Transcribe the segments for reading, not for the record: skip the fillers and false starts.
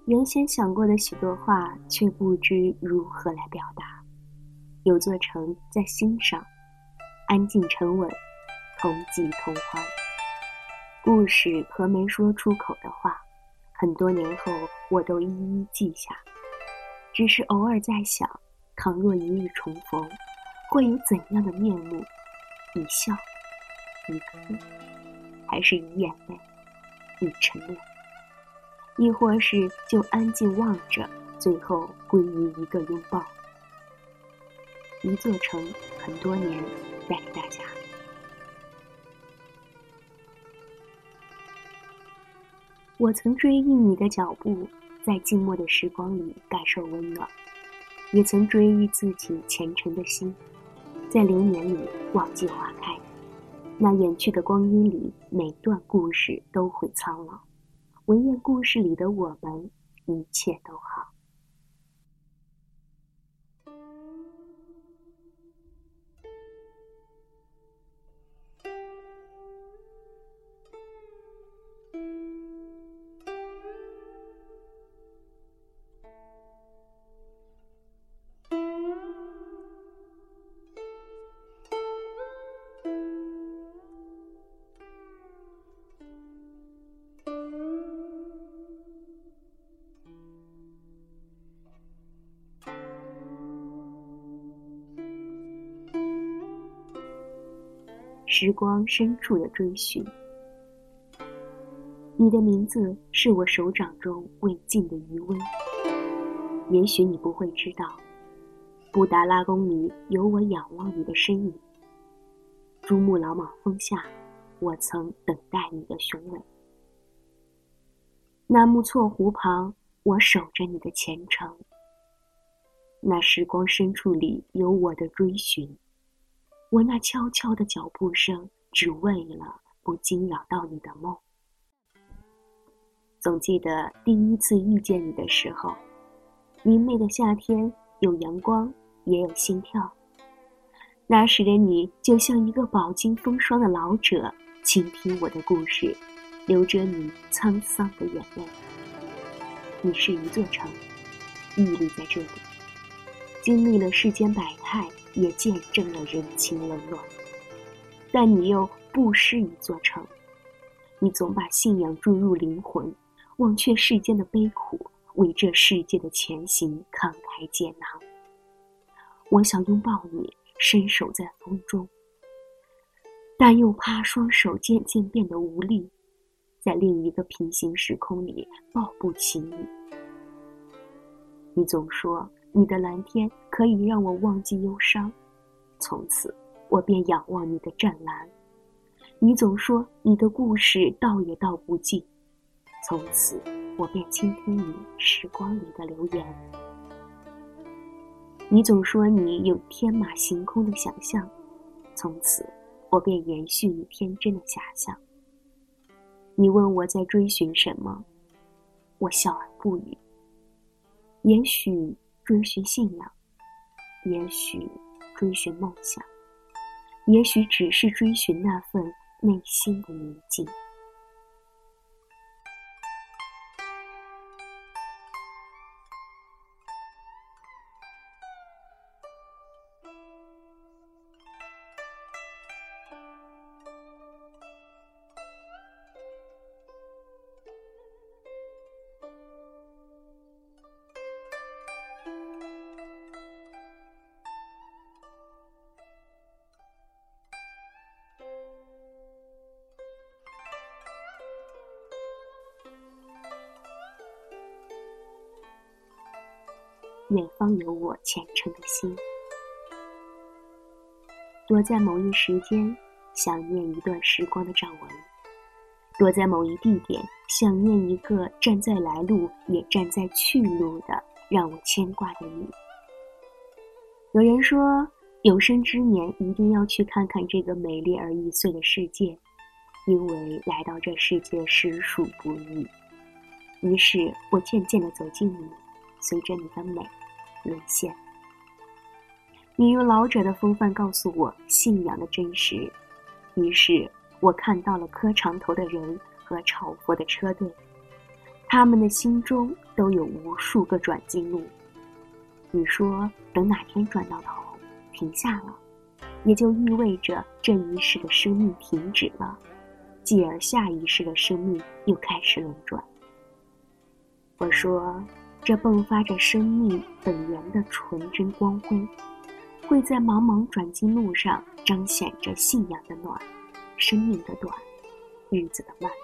原先想过的许多话，却不知如何来表达。有座城在心上，安静沉稳，同济同欢。故事和没说出口的话，很多年后我都一一记下。只是偶尔在想，倘若一日重逢，会有怎样的面目？一笑，一哭，还是一眼泪，一沉默？亦或是就安静望着，最后归于一个拥抱。一座城，很多年，带给大家。我曾追忆你的脚步，在静默的时光里感受温暖，也曾追忆自己虔诚的心，在流年里忘记花开。那远去的光阴里，每段故事都会苍老，唯愿故事里的我们一切都好。时光深处的追寻，你的名字是我手掌中未尽的余温。也许你不会知道，布达拉宫里有我仰望你的身影。珠穆朗玛峰下，我曾等待你的雄伟。纳木错湖旁，我守着你的虔诚。那时光深处里有我的追寻，我那悄悄的脚步声，只为了不惊扰到你的梦。总记得第一次遇见你的时候，明媚的夏天，有阳光，也有心跳。那时的你就像一个饱经风霜的老者，倾听我的故事，流着你沧桑的眼泪。你是一座城，屹立在这里，经历了世间百态，也见证了人情冷暖。但你又不是一座城，你总把信仰注入灵魂，忘却世间的悲苦，为这世界的前行慷慨解囊。我想拥抱你，伸手在风中，但又怕双手渐渐变得无力，在另一个平行时空里抱不起你。你总说你的蓝天可以让我忘记忧伤，从此我便仰望你的湛蓝。你总说你的故事道也道不尽，从此我便倾听你时光里的流言。你总说你有天马行空的想象，从此我便延续你天真的遐想。你问我在追寻什么，我笑而不语。也许追寻信仰，也许追寻梦想，也许只是追寻那份内心的宁静。远方有我虔诚的心，躲在某一时间，想念一段时光的掌纹；躲在某一地点，想念一个站在来路也站在去路的让我牵挂的你。有人说，有生之年一定要去看看这个美丽而易碎的世界，因为来到这世界实属不易。于是我渐渐地走近你，随着你的美沦陷。你用老者的风范告诉我信仰的真实，于是我看到了磕长头的人和朝佛的车队， 他们的心中都有无数个转经路。你说等哪天转到头停下了，也就意味着这一世的生命停止了，继而下一世的生命又开始轮转。我说，这迸发着生命本源的纯真光辉，会在茫茫转经路上彰显着信仰的暖，生命的短，日子的慢。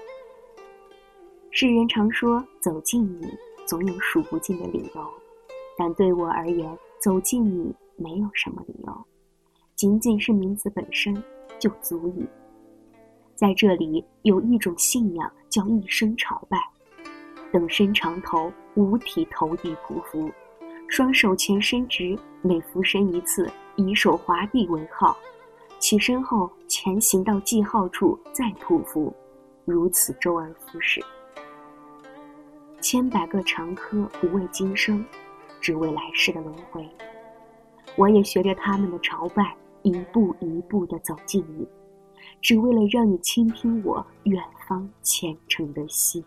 世人常说走近你总有数不尽的理由，但对我而言，走近你没有什么理由，仅仅是名字本身就足矣。在这里有一种信仰叫一生朝拜，等身长头，五体投地匍匐，双手前伸直，每俯身一次，以手划地为号，起身后前行到记号处再匍匐，如此周而复始。千百个长科不为今生，只为来世的轮回。我也学着他们的朝拜，一步一步地走近你，只为了让你倾听我远方虔诚的心。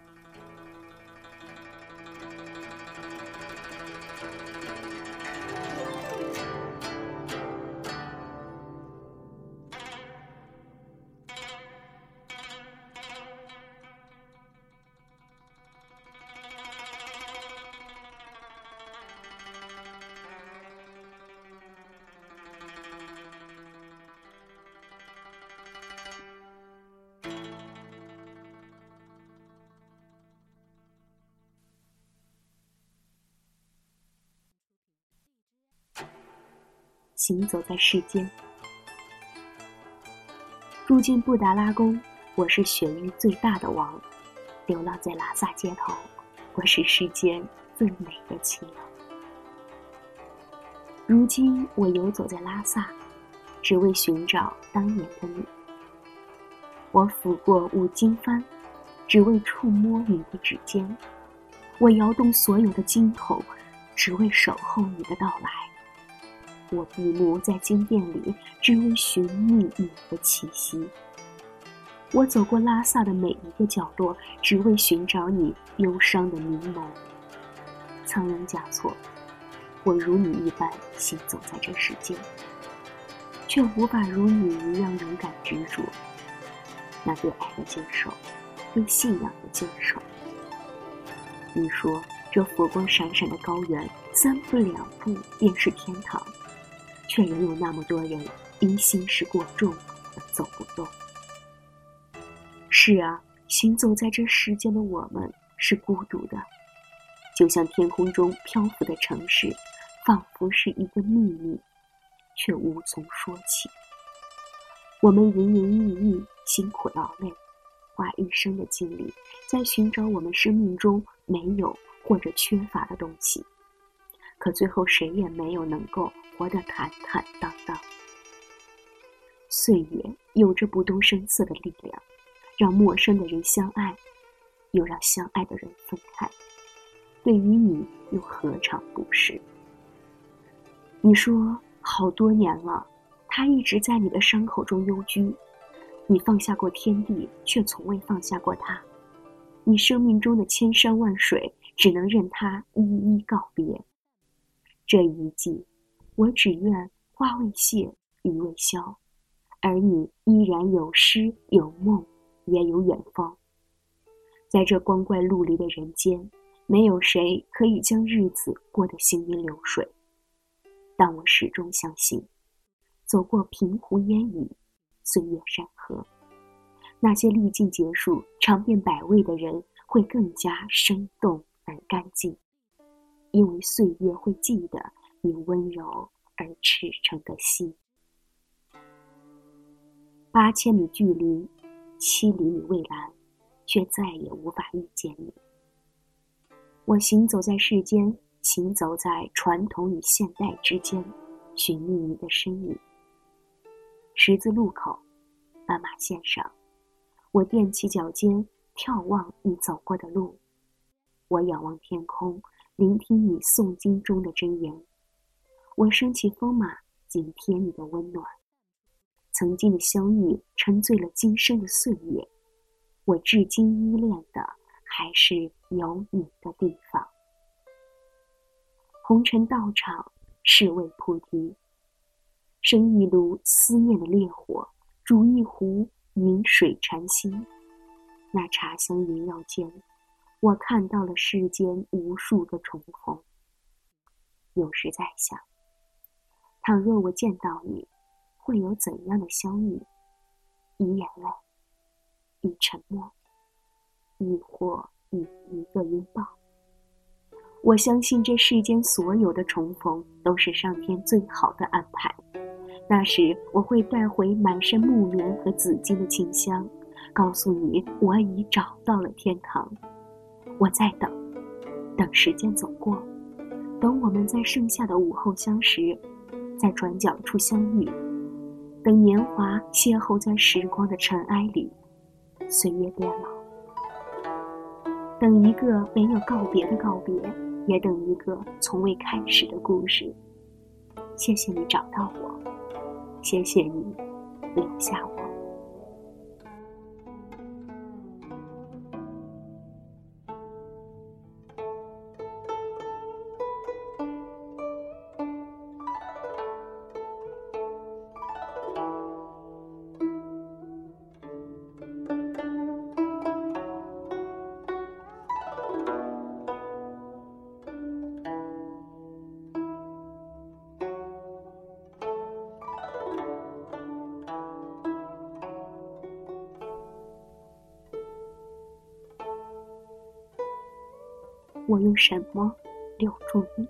行走在世间，住进布达拉宫，我是雪域最大的王；流浪在拉萨街头，我是世间最美的情郎。如今我游走在拉萨，只为寻找当年的你。我抚过五经幡，只为触摸你的指尖。我摇动所有的经筒，只为守候你的到来。我闭目在经殿里，只为寻觅你的气息。我走过拉萨的每一个角落，只为寻找你忧伤的明眸。仓央嘉措，我如你一般行走在这世间，却无法如你一样勇敢执着。那对爱的坚守，对信仰的坚守。你说这佛光闪闪的高原，三步两步便是天堂，却仍有那么多人因心事过重而走不动。是啊，行走在这世间的我们是孤独的，就像天空中漂浮的城市，仿佛是一个秘密，却无从说起。我们营营役役，辛苦劳累，花一生的精力在寻找我们生命中没有或者缺乏的东西，可最后谁也没有能够活得坦坦荡荡。岁月有着不动声色的力量，让陌生的人相爱，又让相爱的人分开。对于你又何尝不是？你说好多年了，他一直在你的伤口中幽居，你放下过天地，却从未放下过他。你生命中的千山万水，只能任他一一告别。这一季，我只愿花未谢，雨未消，而你依然有诗有梦，也有远方。在这光怪陆离的人间，没有谁可以将日子过得行云流水，但我始终相信，走过平湖烟雨，岁月山河，那些历尽劫数尝遍百味的人会更加生动而干净，因为岁月会记得你温柔而赤诚的心。8000米距离，7厘米蔚蓝，却再也无法遇见你。我行走在世间，行走在传统与现代之间，寻觅你的身影。十字路口，斑马线上，我踮起脚尖，眺望你走过的路。我仰望天空，聆听你诵经中的真言。我升起风马，紧贴你的温暖。曾经的相遇，沉醉了今生的岁月。我至今依恋的， 还是有你的地方。红尘道场，是为菩提。生一炉思念的烈火，煮一壶云水禅心。那茶香萦绕间，我看到了世间无数个重逢。有时在想，倘若我见到你，会有怎样的相遇？以眼泪，以沉默，亦或以一个拥抱。我相信这世间所有的重逢都是上天最好的安排。那时我会带回满身木棉和紫金的清香，告诉你我已找到了天堂。我在等，等时间走过，等我们在盛夏的午后相识，在转角处相遇，等年华邂逅在时光的尘埃里，岁月变老。等一个没有告别的告别，也等一个从未开始的故事。谢谢你找到我，谢谢你留下我。我用什么留住你？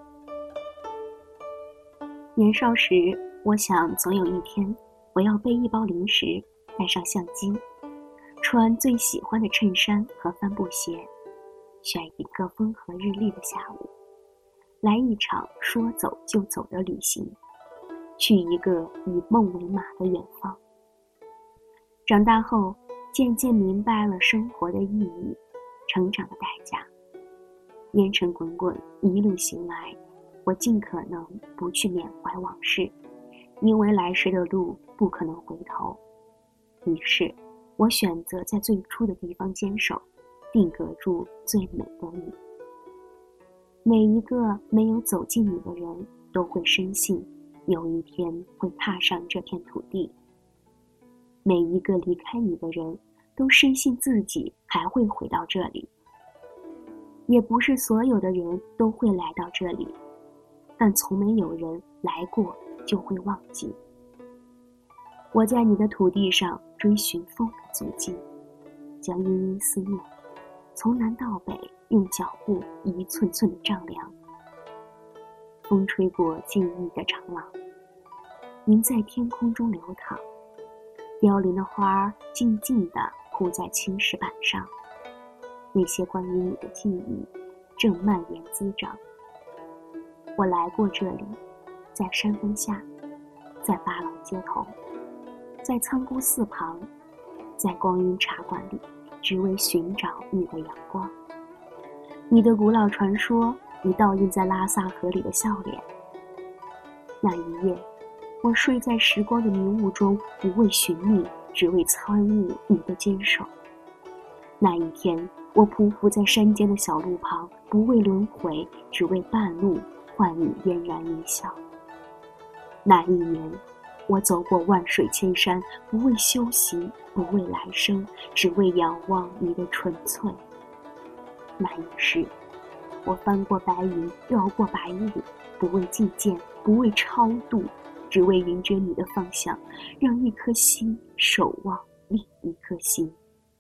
年少时，我想总有一天，我要背一包零食，带上相机，穿最喜欢的衬衫和帆布鞋，选一个风和日丽的下午，来一场说走就走的旅行，去一个以梦为马的远方。长大后，渐渐明白了生活的意义，成长的代价。烟尘滚滚，一路行来，我尽可能不去缅怀往事，因为来时的路不可能回头。于是，我选择在最初的地方坚守，定格住最美的你。每一个没有走进你的人，都会深信有一天会踏上这片土地。每一个离开你的人，都深信自己还会回到这里。也不是所有的人都会来到这里，但从没有人来过就会忘记。我在你的土地上追寻风的足迹，将殷殷思念从南到北用脚步一寸寸的丈量。风吹过记忆的长廊，云在天空中流淌，凋零的花儿静静地铺在青石板上。那些关于你的记忆正蔓延滋长。我来过这里，在山峰下，在八郎街头，在仓库寺旁，在光阴茶馆里，只为寻找你的阳光。你的古老传说，你倒映在拉萨河里的笑脸。那一夜，我睡在时光的迷雾中，不为寻觅，只为参悟你的坚守。那一天，我匍匐在山间的小路旁，不为轮回，只为半路换你嫣然一笑。那一年，我走过万水千山，不为修行，不为来生，只为仰望你的纯粹。那一世，我翻过白云，绕过白雾，不为觐见，不为超度，只为迎着你的方向，让一颗心守望另一颗心。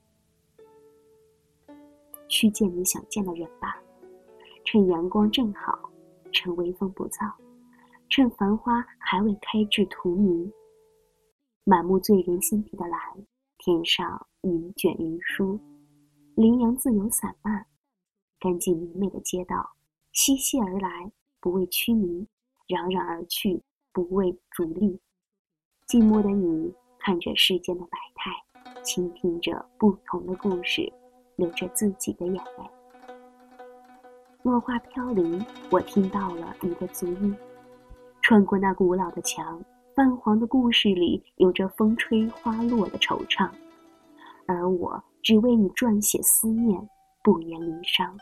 去见你想见的人吧，趁阳光正好，趁微风不燥，趁繁花还未开至荼蘼。满目醉人心底的蓝，天上云卷云舒，羚羊自由散漫，干净明媚的街道，嬉戏而来，不为驱迷，攘攘而去，不为逐利。寂寞的你，看着世间的百态，倾听着不同的故事，流着自己的眼泪。落花飘零，我听到了你的足音，穿过那古老的墙，泛黄的故事里有着风吹花落的惆怅，而我只为你撰写思念， 不言离殇。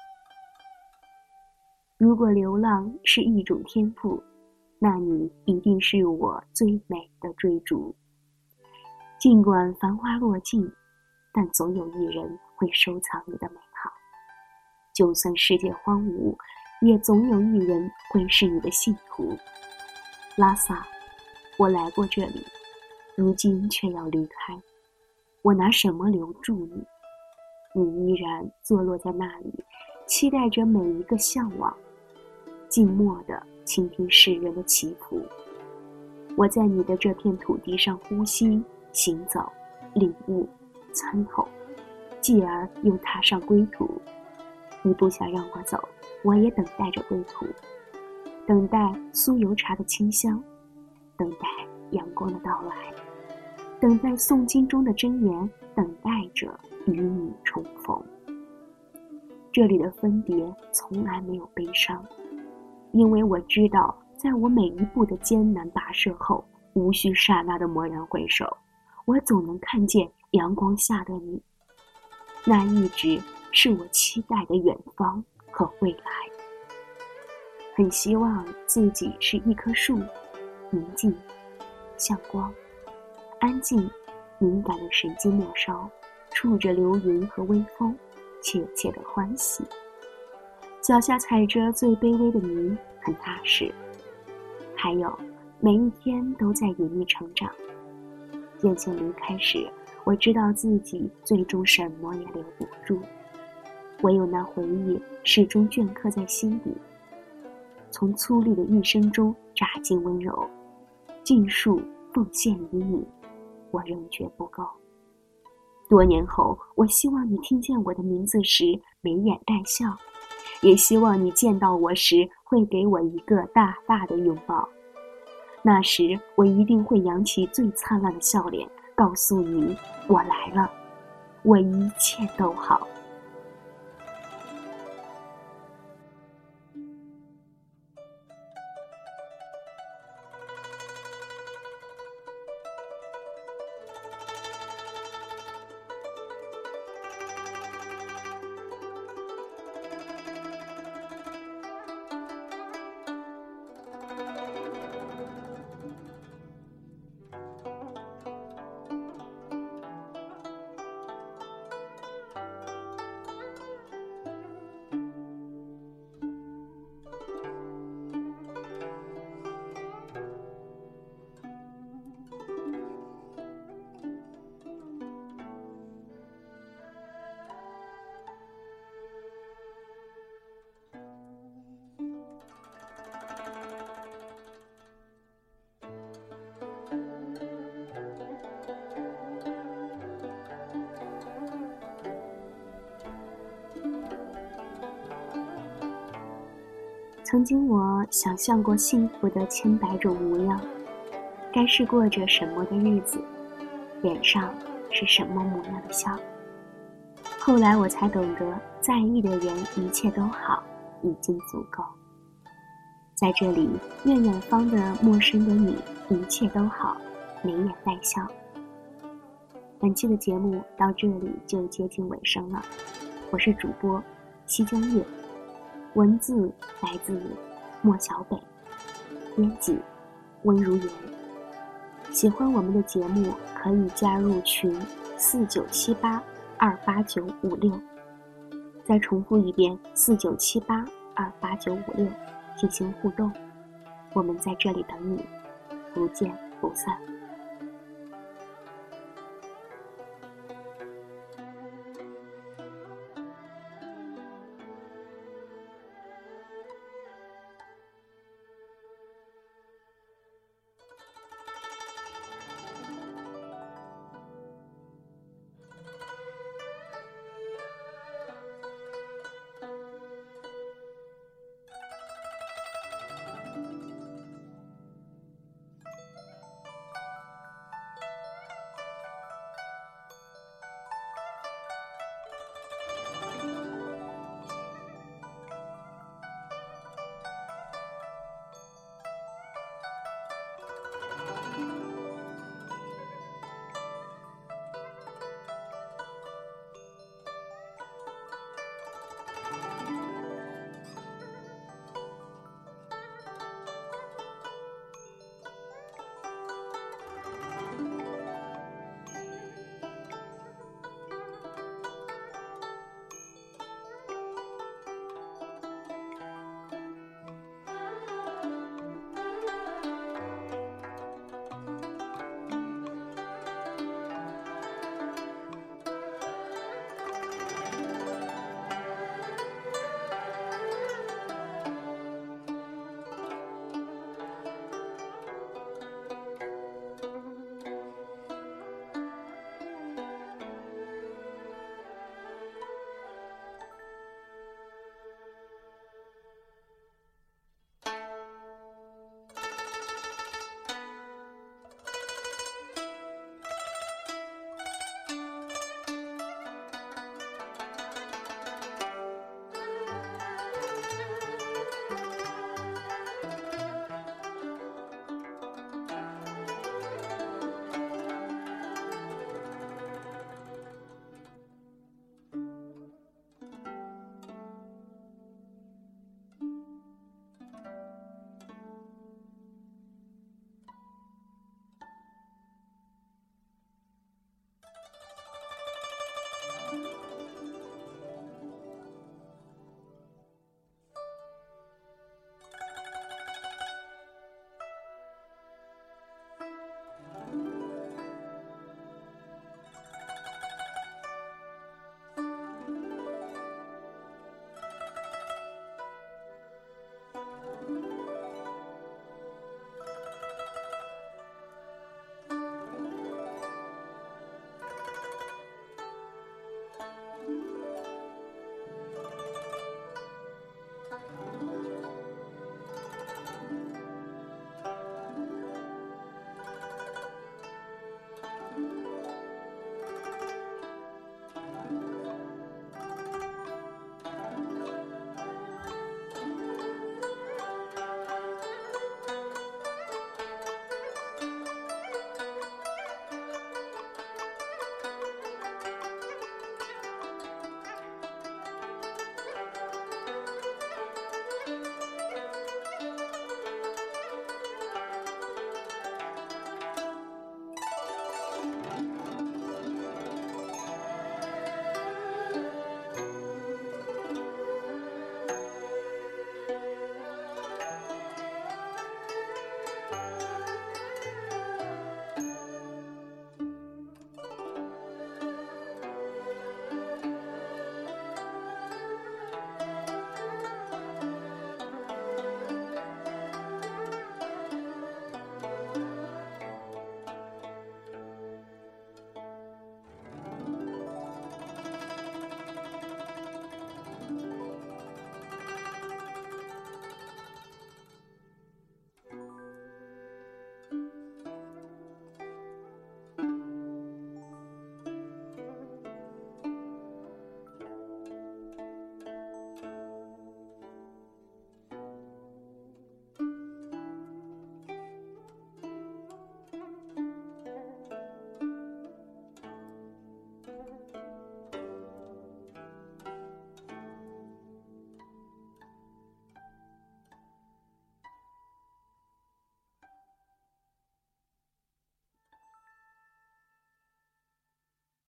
如果流浪是一种天赋，那你一定是我最美的追逐。尽管繁花落尽，但总有一人会收藏你的美好。就算世界荒芜，也总有一人会是你的信徒。拉萨，我来过这里，如今却要离开，我拿什么留住你？你依然坐落在那里，期待着每一个向往，静默地倾听世人的祈福。我在你的这片土地上呼吸、行走、领悟、参透，继而又踏上归途。你不想让我走，我也等待着归途，等待酥油茶的清香，等待阳光的到来，等待诵经中的真言，等待着与你重逢。这里的分别从来没有悲伤，因为我知道，在我每一步的艰难跋涉后，无需刹那的蓦然回首，我总能看见阳光下的你，那一直是我期待的远方和未来。很希望自己是一棵树，宁静像光，安静敏感的神经末梢，触着流云和微风，切切的欢喜。脚下踩着最卑微的泥，很踏实。还有每一天都在隐秘成长。渐渐离开时，我知道自己最终什么也留不住，唯有那回忆始终镌刻在心底。从粗粝的一生中榨尽温柔，尽数奉献于你，我仍觉不够。多年后，我希望你听见我的名字时眉眼带笑，也希望你见到我时会给我一个大大的拥抱。那时我一定会扬起最灿烂的笑脸，告诉你我来了，我一切都好。曾经我想象过幸福的千百种模样，该是过着什么的日子，脸上是什么模样的笑。后来我才懂得，在意的人一切都好，已经足够。在这里，愿远方的陌生的你一切都好，眉眼带笑。本期的节目到这里就接近尾声了，我是主播西江月，文字来自莫小北，编辑温如言。喜欢我们的节目可以加入群4978285956，再重复一遍4978285956进行互动。我们在这里等你，不见不散。